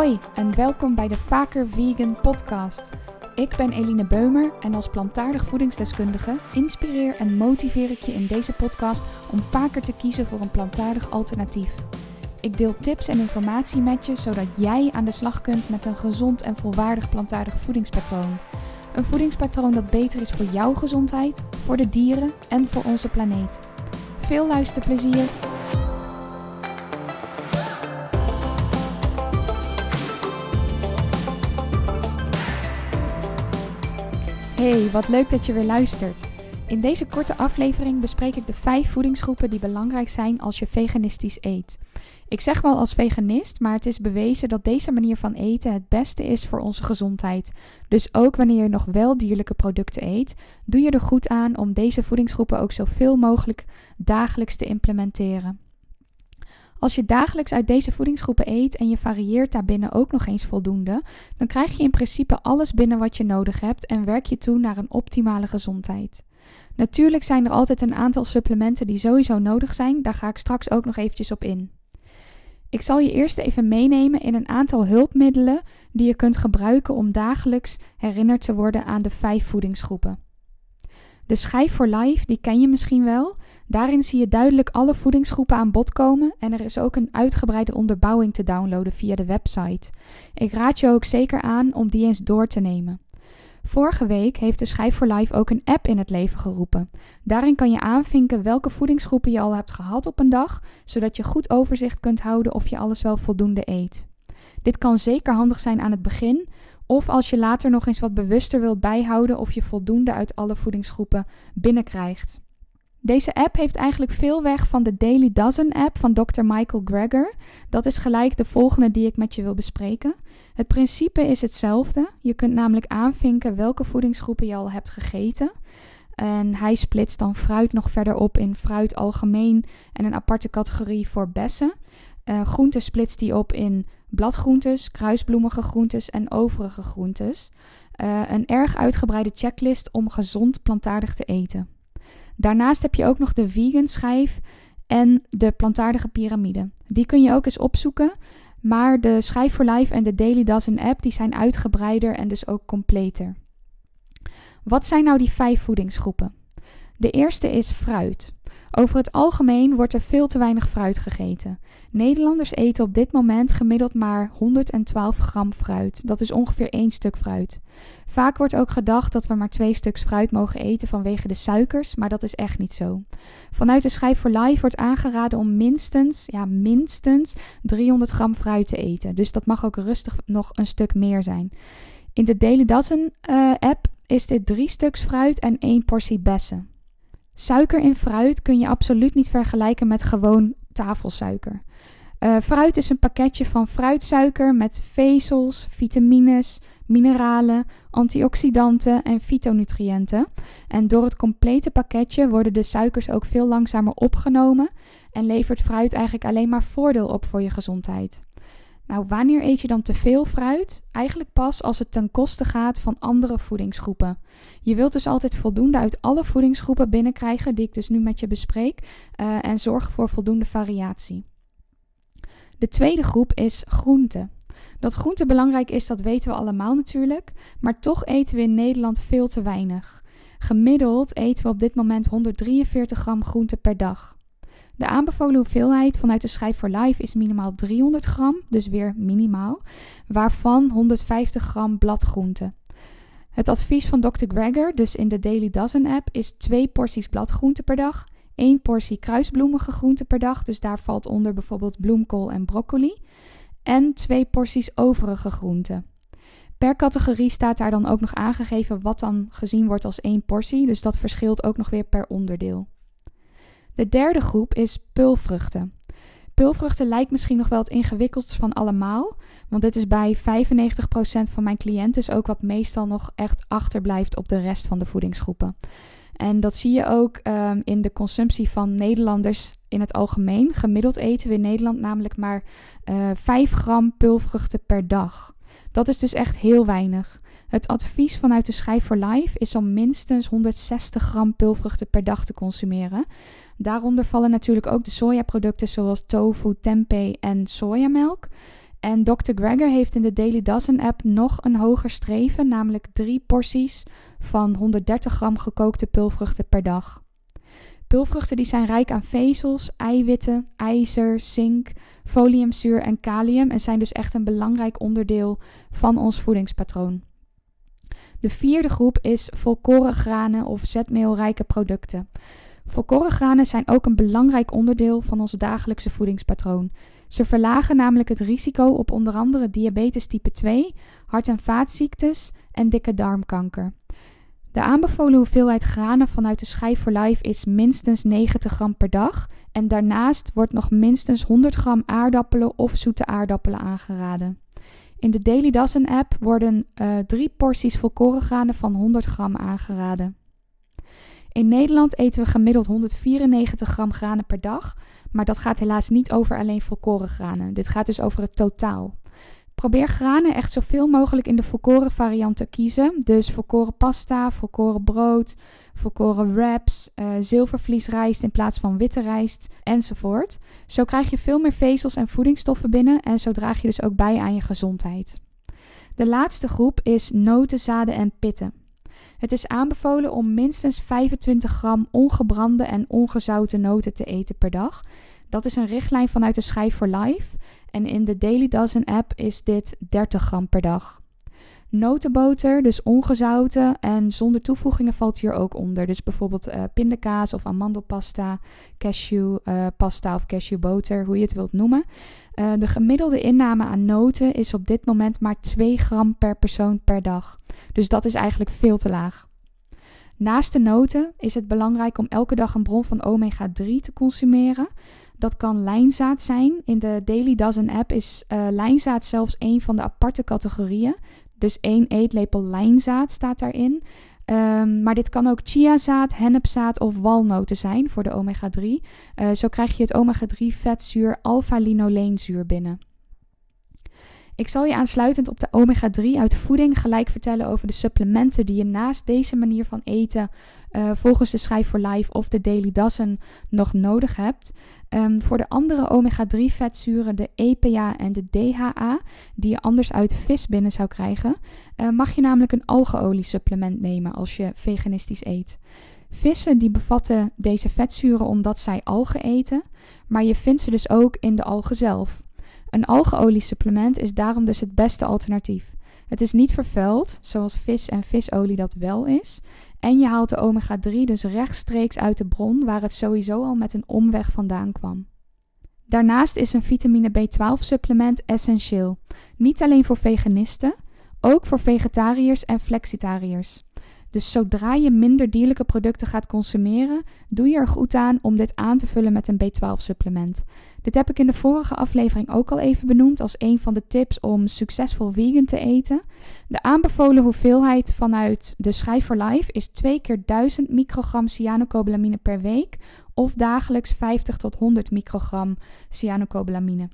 Hoi en welkom bij de Vaker Vegan podcast. Ik ben Eline Beumer en als plantaardig voedingsdeskundige inspireer en motiveer ik je in deze podcast om vaker te kiezen voor een plantaardig alternatief. Ik deel tips en informatie met je zodat jij aan de slag kunt met een gezond en volwaardig plantaardig voedingspatroon. Een voedingspatroon dat beter is voor jouw gezondheid, voor de dieren en voor onze planeet. Veel luisterplezier! Hey, wat leuk dat je weer luistert. In deze korte aflevering bespreek ik de 5 voedingsgroepen die belangrijk zijn als je veganistisch eet. Ik zeg wel als veganist, maar het is bewezen dat deze manier van eten het beste is voor onze gezondheid. Dus ook wanneer je nog wel dierlijke producten eet, doe je er goed aan om deze voedingsgroepen ook zoveel mogelijk dagelijks te implementeren. Als je dagelijks uit deze voedingsgroepen eet en je varieert daarbinnen ook nog eens voldoende, dan krijg je in principe alles binnen wat je nodig hebt en werk je toe naar een optimale gezondheid. Natuurlijk zijn er altijd een aantal supplementen die sowieso nodig zijn, daar ga ik straks ook nog eventjes op in. Ik zal je eerst even meenemen in een aantal hulpmiddelen die je kunt gebruiken om dagelijks herinnerd te worden aan de 5 voedingsgroepen. De schijf voor life, die ken je misschien wel. Daarin zie je duidelijk alle voedingsgroepen aan bod komen en er is ook een uitgebreide onderbouwing te downloaden via de website. Ik raad je ook zeker aan om die eens door te nemen. Vorige week heeft de schijf voor life ook een app in het leven geroepen. Daarin kan je aanvinken welke voedingsgroepen je al hebt gehad op een dag, zodat je goed overzicht kunt houden of je alles wel voldoende eet. Dit kan zeker handig zijn aan het begin, of als je later nog eens wat bewuster wilt bijhouden of je voldoende uit alle voedingsgroepen binnenkrijgt. Deze app heeft eigenlijk veel weg van de Daily Dozen app van Dr. Michael Greger. Dat is gelijk de volgende die ik met je wil bespreken. Het principe is hetzelfde. Je kunt namelijk aanvinken welke voedingsgroepen je al hebt gegeten. En hij splitst dan fruit nog verder op in fruit algemeen en een aparte categorie voor bessen. Groenten splitst hij op in bladgroentes, kruisbloemige groentes en overige groentes. Een erg uitgebreide checklist om gezond plantaardig te eten. Daarnaast heb je ook nog de vegan schijf en de plantaardige piramide. Die kun je ook eens opzoeken, maar de schijf voor life en de Daily Dozen app die zijn uitgebreider en dus ook completer. Wat zijn nou die 5 voedingsgroepen? De eerste is fruit. Over het algemeen wordt er veel te weinig fruit gegeten. Nederlanders eten op dit moment gemiddeld maar 112 gram fruit. Dat is ongeveer 1 stuk fruit. Vaak wordt ook gedacht dat we maar 2 stuks fruit mogen eten vanwege de suikers, maar dat is echt niet zo. Vanuit de schijf voor life wordt aangeraden om minstens 300 gram fruit te eten. Dus dat mag ook rustig nog een stuk meer zijn. In de Daily Dozen app is dit 3 stuks fruit en 1 portie bessen. Suiker in fruit kun je absoluut niet vergelijken met gewoon tafelsuiker. Fruit is een pakketje van fruitsuiker met vezels, vitamines, mineralen, antioxidanten en fytonutriënten. En door het complete pakketje worden de suikers ook veel langzamer opgenomen en levert fruit eigenlijk alleen maar voordeel op voor je gezondheid. Nou, wanneer eet je dan te veel fruit? Eigenlijk pas als het ten koste gaat van andere voedingsgroepen. Je wilt dus altijd voldoende uit alle voedingsgroepen binnenkrijgen, die ik dus nu met je bespreek, en zorgen voor voldoende variatie. De tweede groep is groente. Dat groente belangrijk is, dat weten we allemaal natuurlijk, maar toch eten we in Nederland veel te weinig. Gemiddeld eten we op dit moment 143 gram groente per dag. De aanbevolen hoeveelheid vanuit de schijf voor life is minimaal 300 gram, dus weer minimaal, waarvan 150 gram bladgroente. Het advies van Dr. Greger, dus in de Daily Dozen app, is 2 porties bladgroente per dag, 1 portie kruisbloemige groente per dag, dus daar valt onder bijvoorbeeld bloemkool en broccoli, en 2 porties overige groenten. Per categorie staat daar dan ook nog aangegeven wat dan gezien wordt als 1 portie, dus dat verschilt ook nog weer per onderdeel. De derde groep is peulvruchten. Peulvruchten lijkt misschien nog wel het ingewikkeldst van allemaal, want dit is bij 95% van mijn cliënten dus ook wat meestal nog echt achterblijft op de rest van de voedingsgroepen. En dat zie je ook in de consumptie van Nederlanders in het algemeen. Gemiddeld eten we in Nederland namelijk maar 5 gram peulvruchten per dag. Dat is dus echt heel weinig. Het advies vanuit de schijf voor life is om minstens 160 gram peulvruchten per dag te consumeren. Daaronder vallen natuurlijk ook de sojaproducten zoals tofu, tempeh en sojamelk. En Dr. Greger heeft in de Daily Dozen app nog een hoger streven, namelijk 3 porties van 130 gram gekookte peulvruchten per dag. Peulvruchten die zijn rijk aan vezels, eiwitten, ijzer, zink, foliumzuur en kalium en zijn dus echt een belangrijk onderdeel van ons voedingspatroon. De 4e groep is volkorengranen of zetmeelrijke producten. Volkorengranen zijn ook een belangrijk onderdeel van ons dagelijkse voedingspatroon. Ze verlagen namelijk het risico op onder andere diabetes type 2, hart- en vaatziektes en dikke darmkanker. De aanbevolen hoeveelheid granen vanuit de Schijf voor Life is minstens 90 gram per dag. En daarnaast wordt nog minstens 100 gram aardappelen of zoete aardappelen aangeraden. In de Daily Dozen app worden 3 porties volkorengranen van 100 gram aangeraden. In Nederland eten we gemiddeld 194 gram granen per dag. Maar dat gaat helaas niet over alleen volkorengranen. Dit gaat dus over het totaal. Probeer granen echt zoveel mogelijk in de volkoren variant te kiezen. Dus volkoren pasta, volkoren brood, volkoren wraps, zilvervliesrijst in plaats van witte rijst enzovoort. Zo krijg je veel meer vezels en voedingsstoffen binnen en zo draag je dus ook bij aan je gezondheid. De laatste groep is noten, zaden en pitten. Het is aanbevolen om minstens 25 gram ongebrande en ongezouten noten te eten per dag. Dat is een richtlijn vanuit de Schijf voor Life. En in de Daily Dozen app is dit 30 gram per dag. Notenboter, dus ongezouten en zonder toevoegingen valt hier ook onder. Dus bijvoorbeeld pindakaas of amandelpasta, cashewpasta of cashewboter, hoe je het wilt noemen. De gemiddelde inname aan noten is op dit moment maar 2 gram per persoon per dag. Dus dat is eigenlijk veel te laag. Naast de noten is het belangrijk om elke dag een bron van omega-3 te consumeren. Dat kan lijnzaad zijn. In de Daily Dozen app is lijnzaad zelfs een van de aparte categorieën. Dus 1 eetlepel lijnzaad staat daarin. Maar dit kan ook chiazaad, hennepzaad of walnoten zijn voor de omega-3. Zo krijg je het omega-3 vetzuur alpha-linoleenzuur binnen. Ik zal je aansluitend op de omega-3 uit voeding gelijk vertellen over de supplementen die je naast deze manier van eten volgens de Schijf voor Life of de Daily Dozen nog nodig hebt. Voor de andere omega-3 vetzuren, de EPA en de DHA, die je anders uit vis binnen zou krijgen, mag je namelijk een algeolie supplement nemen als je veganistisch eet. Vissen die bevatten deze vetzuren omdat zij algen eten, maar je vindt ze dus ook in de algen zelf. Een algeoliesupplement is daarom dus het beste alternatief. Het is niet vervuild, zoals vis en visolie dat wel is. En je haalt de omega-3 dus rechtstreeks uit de bron, waar het sowieso al met een omweg vandaan kwam. Daarnaast is een vitamine B12 supplement essentieel. Niet alleen voor veganisten, ook voor vegetariërs en flexitariërs. Dus zodra je minder dierlijke producten gaat consumeren, doe je er goed aan om dit aan te vullen met een B12 supplement. Dit heb ik in de vorige aflevering ook al even benoemd als een van de tips om succesvol vegan te eten. De aanbevolen hoeveelheid vanuit de Schijf voor Life is 2 keer 1000 microgram cyanocobalamine per week of dagelijks 50 tot 100 microgram cyanocobalamine.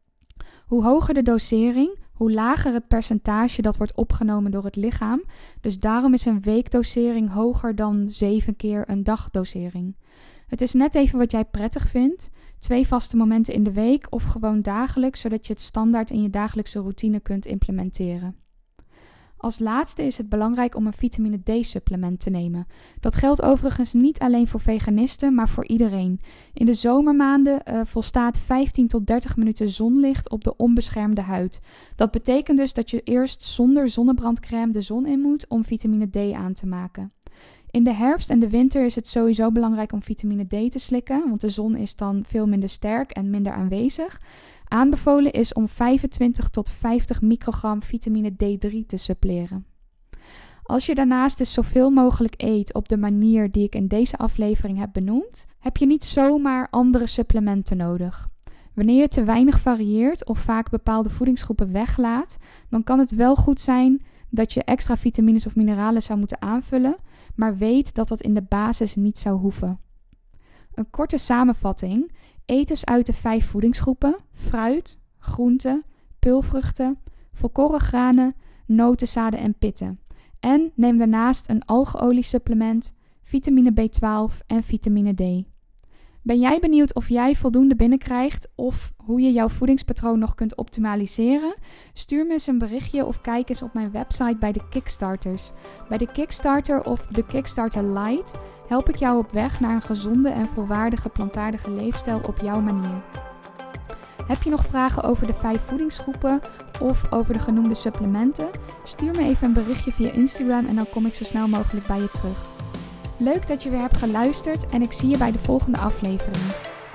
Hoe hoger de dosering, hoe lager het percentage dat wordt opgenomen door het lichaam. Dus daarom is een weekdosering hoger dan 7 keer een dagdosering. Het is net even wat jij prettig vindt. 2 vaste momenten in de week of gewoon dagelijks, zodat je het standaard in je dagelijkse routine kunt implementeren. Als laatste is het belangrijk om een vitamine D-supplement te nemen. Dat geldt overigens niet alleen voor veganisten, maar voor iedereen. In de zomermaanden volstaat 15 tot 30 minuten zonlicht op de onbeschermde huid. Dat betekent dus dat je eerst zonder zonnebrandcrème de zon in moet om vitamine D aan te maken. In de herfst en de winter is het sowieso belangrijk om vitamine D te slikken, want de zon is dan veel minder sterk en minder aanwezig. Aanbevolen is om 25 tot 50 microgram vitamine D3 te suppleren. Als je daarnaast dus zoveel mogelijk eet op de manier die ik in deze aflevering heb benoemd, heb je niet zomaar andere supplementen nodig. Wanneer je te weinig varieert of vaak bepaalde voedingsgroepen weglaat, dan kan het wel goed zijn dat je extra vitamines of mineralen zou moeten aanvullen, maar weet dat dat in de basis niet zou hoeven. Een korte samenvatting. Eet dus uit de 5 voedingsgroepen: fruit, groenten, peulvruchten, volkoren granen, noten, zaden en pitten. En neem daarnaast een algeoliesupplement, vitamine B12 en vitamine D. Ben jij benieuwd of jij voldoende binnenkrijgt of hoe je jouw voedingspatroon nog kunt optimaliseren? Stuur me eens een berichtje of kijk eens op mijn website bij de Kickstarters. Bij de Kickstarter of de Kickstarter Lite help ik jou op weg naar een gezonde en volwaardige plantaardige leefstijl op jouw manier. Heb je nog vragen over de 5 voedingsgroepen of over de genoemde supplementen? Stuur me even een berichtje via Instagram en dan kom ik zo snel mogelijk bij je terug. Leuk dat je weer hebt geluisterd en ik zie je bij de volgende aflevering.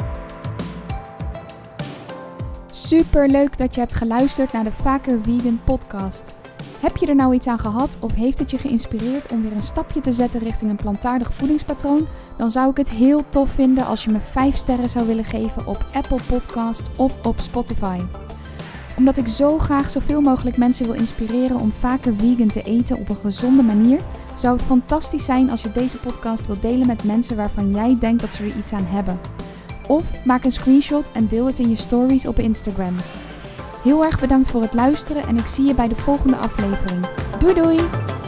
Super leuk dat je hebt geluisterd naar de Vaker Vegan podcast. Heb je er nou iets aan gehad of heeft het je geïnspireerd om weer een stapje te zetten richting een plantaardig voedingspatroon? Dan zou ik het heel tof vinden als je me 5 sterren zou willen geven op Apple Podcast of op Spotify. Omdat ik zo graag zoveel mogelijk mensen wil inspireren om vaker vegan te eten op een gezonde manier, zou het fantastisch zijn als je deze podcast wilt delen met mensen waarvan jij denkt dat ze er iets aan hebben. Of maak een screenshot en deel het in je stories op Instagram. Heel erg bedankt voor het luisteren en ik zie je bij de volgende aflevering. Doei doei!